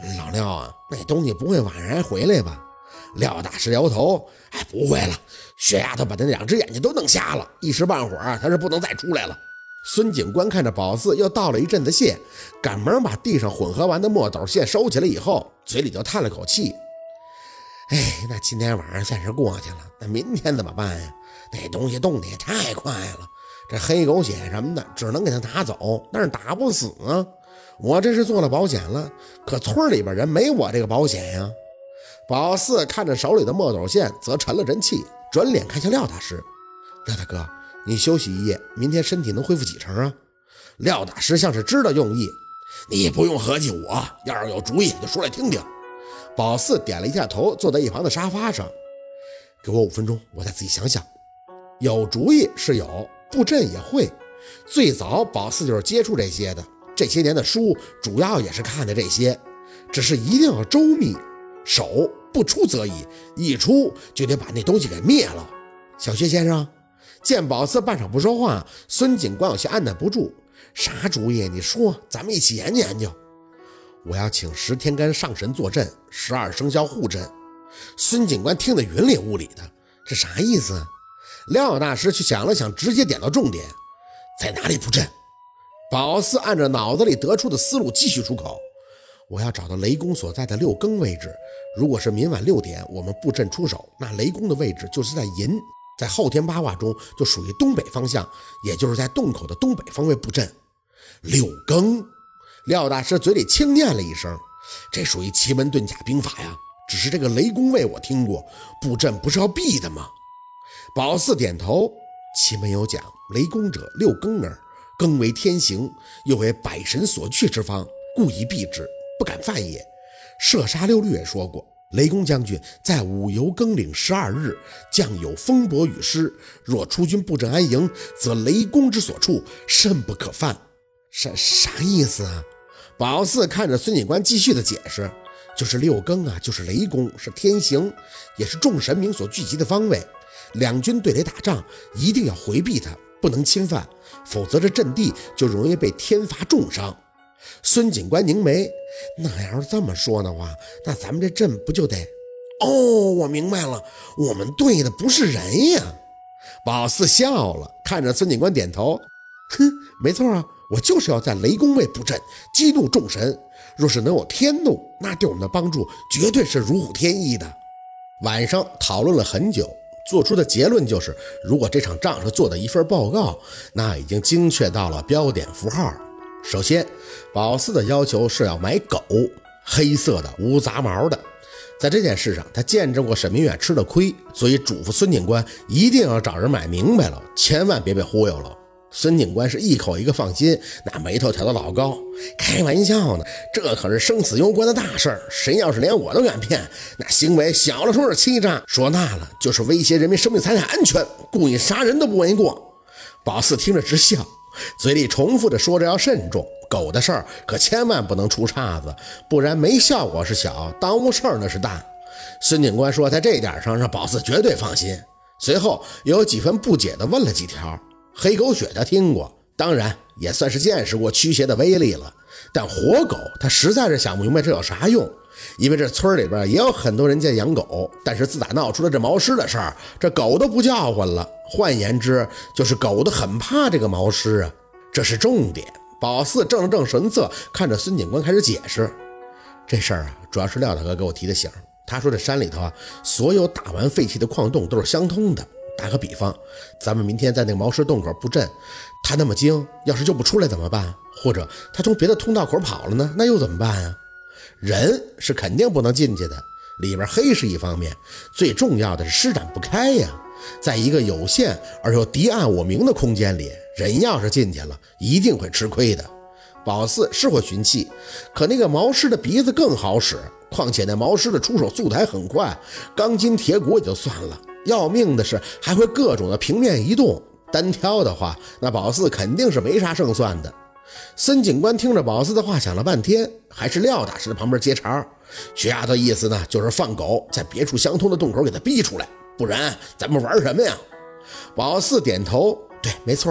老廖啊，那东西不会晚上还回来吧？廖大师摇头，不会了，血丫头把他2只眼睛都弄瞎了，一时半会儿他是不能再出来了。孙警官看着宝四又倒了一阵子蟹，赶忙把地上混合完的墨斗蟹收起来以后，嘴里就叹了口气。那今天晚上算是过去了，那明天怎么办呀？那东西动得也太快了，这黑狗血什么的只能给他拿走，但是打不死啊。我这是做了保险了，可村里边人没我这个保险呀。宝四看着手里的墨斗线，则沉了沉气，转脸看向廖大师。廖大哥，你休息一夜，明天身体能恢复几成啊？廖大师像是知道用意，你不用合计我，要是有主意就说来听听。宝四点了一下头，坐在一旁的沙发上。给我5分钟，我再仔细想想。有主意是有，布阵也会。最早宝四就是接触这些的，这些年的书主要也是看的这些，只是一定要周密，手不出则已，一出就得把那东西给灭了。小薛先生，见宝四半晌不说话，孙警官有些按捺不住。啥主意？你说，咱们一起研究研究。我要请10天干上神坐镇，12生肖护阵。孙警官听得云里雾里的，这啥意思？廖大师去想了想，直接点到重点，在哪里布阵？宝四按照脑子里得出的思路继续出口，我要找到雷公所在的6更位置，如果是明晚6点我们布阵出手，那雷公的位置就是在寅，在后天八卦中就属于东北方向，也就是在洞口的东北方位布阵。6更，廖大师嘴里轻念了一声，这属于奇门遁甲兵法呀，只是这个雷公位我听过，布阵不是要避的吗？宝四点头，奇门有讲，雷公者6更耳，更为天行，又为百神所惧之方，故意避之，不敢犯也。射杀六律也说过，雷公将军在午游更岭12日，将有风伯雨湿，若出军布阵安营，则雷公之所处，甚不可犯。啥意思啊？宝四看着孙警官继续的解释，就是6更啊，就是雷公，是天行，也是众神明所聚集的方位，两军对垒打仗一定要回避它，不能侵犯，否则这阵地就容易被天罚重伤。孙警官凝眉，那要是这么说的话，那咱们这阵不就得……我明白了，我们对的不是人呀。宝四笑了，看着孙警官点头，没错啊，我就是要在雷公位布阵，激怒众神，若是能有天怒，那对我们的帮助绝对是如虎添翼的。晚上讨论了很久，做出的结论就是，如果这场仗是做的一份报告，那已经精确到了标点符号。首先，宝四的要求是要买狗，黑色的无杂毛的。在这件事上他见证过沈明远吃了亏，所以嘱咐孙警官一定要找人买明白了，千万别被忽悠了。孙警官是一口一个放心，那眉头挑得老高，开玩笑呢，这可是生死攸关的大事儿，谁要是连我都敢骗，那行为小了说是欺诈，说大了就是威胁人民生命财产安全，故意杀人都不为过。宝四听着直笑，嘴里重复着说着要慎重，狗的事儿可千万不能出岔子，不然没效果是小，耽误事儿那是大。孙警官说在这点上让宝四绝对放心，随后有几分不解地问了几条。黑狗血他听过，当然也算是见识过驱邪的威力了，但活狗他实在是想不明白这有啥用，因为这村里边也有很多人家养狗，但是自打闹出了这毛狮的事儿，这狗都不叫唤了，换言之就是狗都很怕这个毛狮啊，这是重点。宝四正了正神色，看着孙警官开始解释，这事儿啊主要是廖大哥给我提的醒，他说这山里头啊，所有打完废弃的矿洞都是相通的，打个比方，咱们明天在那个毛狮洞口布阵，他那么精，要是就不出来怎么办？或者他从别的通道口跑了呢，那又怎么办啊？人是肯定不能进去的，里边黑是一方面，最重要的是施展不开呀。在一个有限而又敌暗我明的空间里，人要是进去了一定会吃亏的。宝四是会寻气，可那个毛狮的鼻子更好使，况且那毛狮的出手速度还很快，钢筋铁骨也就算了，要命的是还会各种的平面移动，单挑的话那宝四肯定是没啥胜算的。孙警官听着宝四的话想了半天，还是廖大师旁边接茬，徐丫头意思呢就是放狗在别处相通的洞口给他逼出来，不然咱们玩什么呀？宝四点头，对，没错，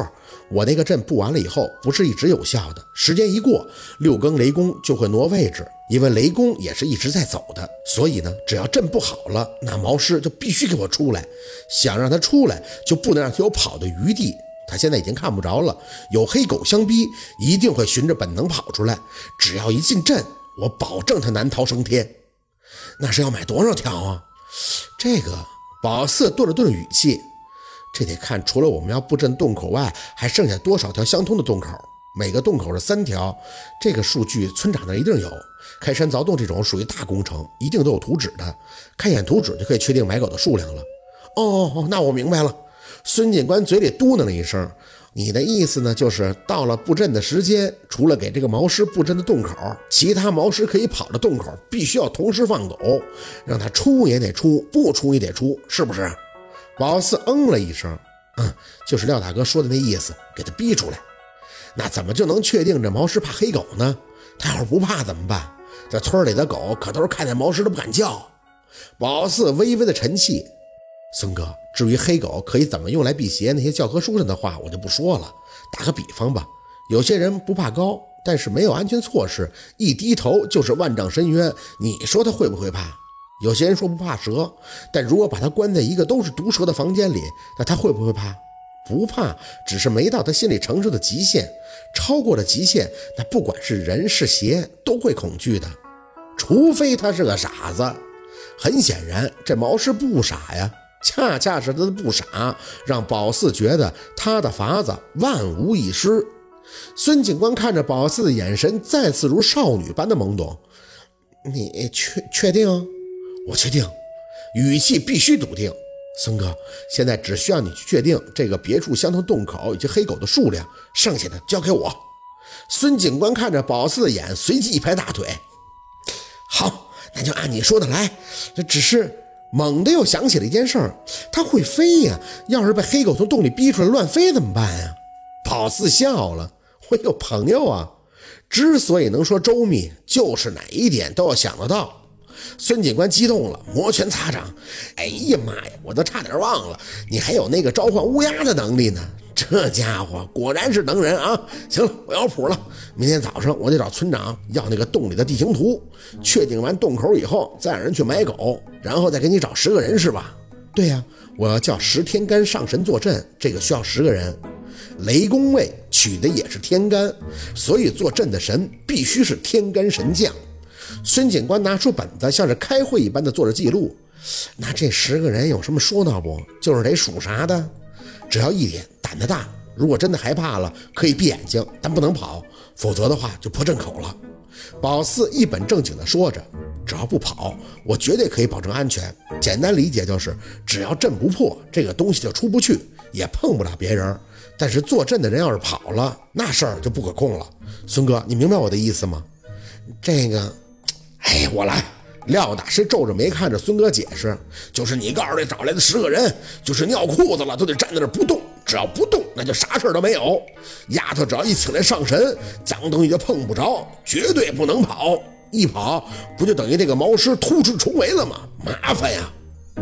我那个阵布完了以后，不是一直有效的，时间一过，6更雷公就会挪位置，因为雷公也是一直在走的，所以呢，只要阵布好了，那毛师就必须给我出来，想让他出来，就不能让他有跑的余地。他现在已经看不着了，有黑狗相逼，一定会循着本能跑出来，只要一进阵，我保证他难逃升天。那是要买多少条啊？这个宝四顿了顿语气，这得看除了我们要布阵洞口外，还剩下多少条相通的洞口，每个洞口是3条，这个数据村长那一定有。开山凿洞这种属于大工程，一定都有图纸的，看一眼图纸就可以确定买狗的数量了。哦，那我明白了。孙警官嘴里嘟囔了一声，你的意思呢，就是到了布阵的时间，除了给这个毛师布阵的洞口，其他毛师可以跑的洞口必须要同时放狗，让他出也得出，不出也得出，是不是？宝四了一声，就是廖大哥说的那意思，给他逼出来。那怎么就能确定这毛师怕黑狗呢？他要是不怕怎么办？这村里的狗可都是看见毛师都不敢叫。宝四微微的沉气，孙哥，至于黑狗可以怎么用来辟邪，那些教科书上的话我就不说了。打个比方吧，有些人不怕高，但是没有安全措施，一低头就是万丈深渊，你说他会不会怕？有些人说不怕蛇，但如果把他关在一个都是毒蛇的房间里，那他会不会怕？不怕，只是没到他心里承受的极限，超过了极限，那不管是人是邪都会恐惧的，除非他是个傻子。很显然这毛师不傻呀，恰恰是他的不傻，让宝四觉得他的法子万无一失。孙警官看着宝四的眼神再次如少女般的懵懂，你确定？我确定，语气必须笃定。孙哥，现在只需要你去确定这个别处相同洞口以及黑狗的数量，剩下的交给我。孙警官看着宝四的眼，随即一拍大腿，好，那就按你说的来。这只是猛地又想起了一件事儿，他会飞呀，要是被黑狗从洞里逼出来乱飞怎么办呀？宝四笑了，我有朋友啊，之所以能说周密，就是哪一点都要想得到。孙警官激动了，摩拳擦掌，哎呀妈呀，我都差点忘了，你还有那个召唤乌鸦的能力呢，这家伙果然是能人啊！行了，我有谱了，明天早上我得找村长要那个洞里的地形图，确定完洞口以后再让人去买狗，然后再给你找10个人是吧？对呀，我要叫10天干上神坐镇，这个需要10个人。雷公位取的也是天干，所以坐镇的神必须是天干神将。孙警官拿出本子，像是开会一般的做着记录。那这10个人有什么说道不？就是得属啥的？只要一点，胆子大。如果真的害怕了，可以闭眼睛，但不能跑，否则的话就破阵口了。宝四一本正经地说着，只要不跑，我绝对可以保证安全。简单理解就是，只要阵不破，这个东西就出不去，也碰不了别人。但是坐镇的人要是跑了，那事儿就不可控了。孙哥，你明白我的意思吗？这个我来。廖大师皱着眉看着孙哥解释，就是你告诉那找来的10个人，就是尿裤子了都得站在那儿不动，只要不动那就啥事都没有。丫头只要一请来上神，脏东西就碰不着，绝对不能跑，一跑不就等于这个毛师突出重围了吗？麻烦呀。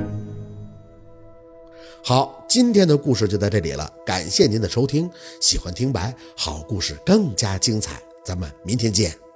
好，今天的故事就在这里了，感谢您的收听。喜欢听白，好故事更加精彩，咱们明天见。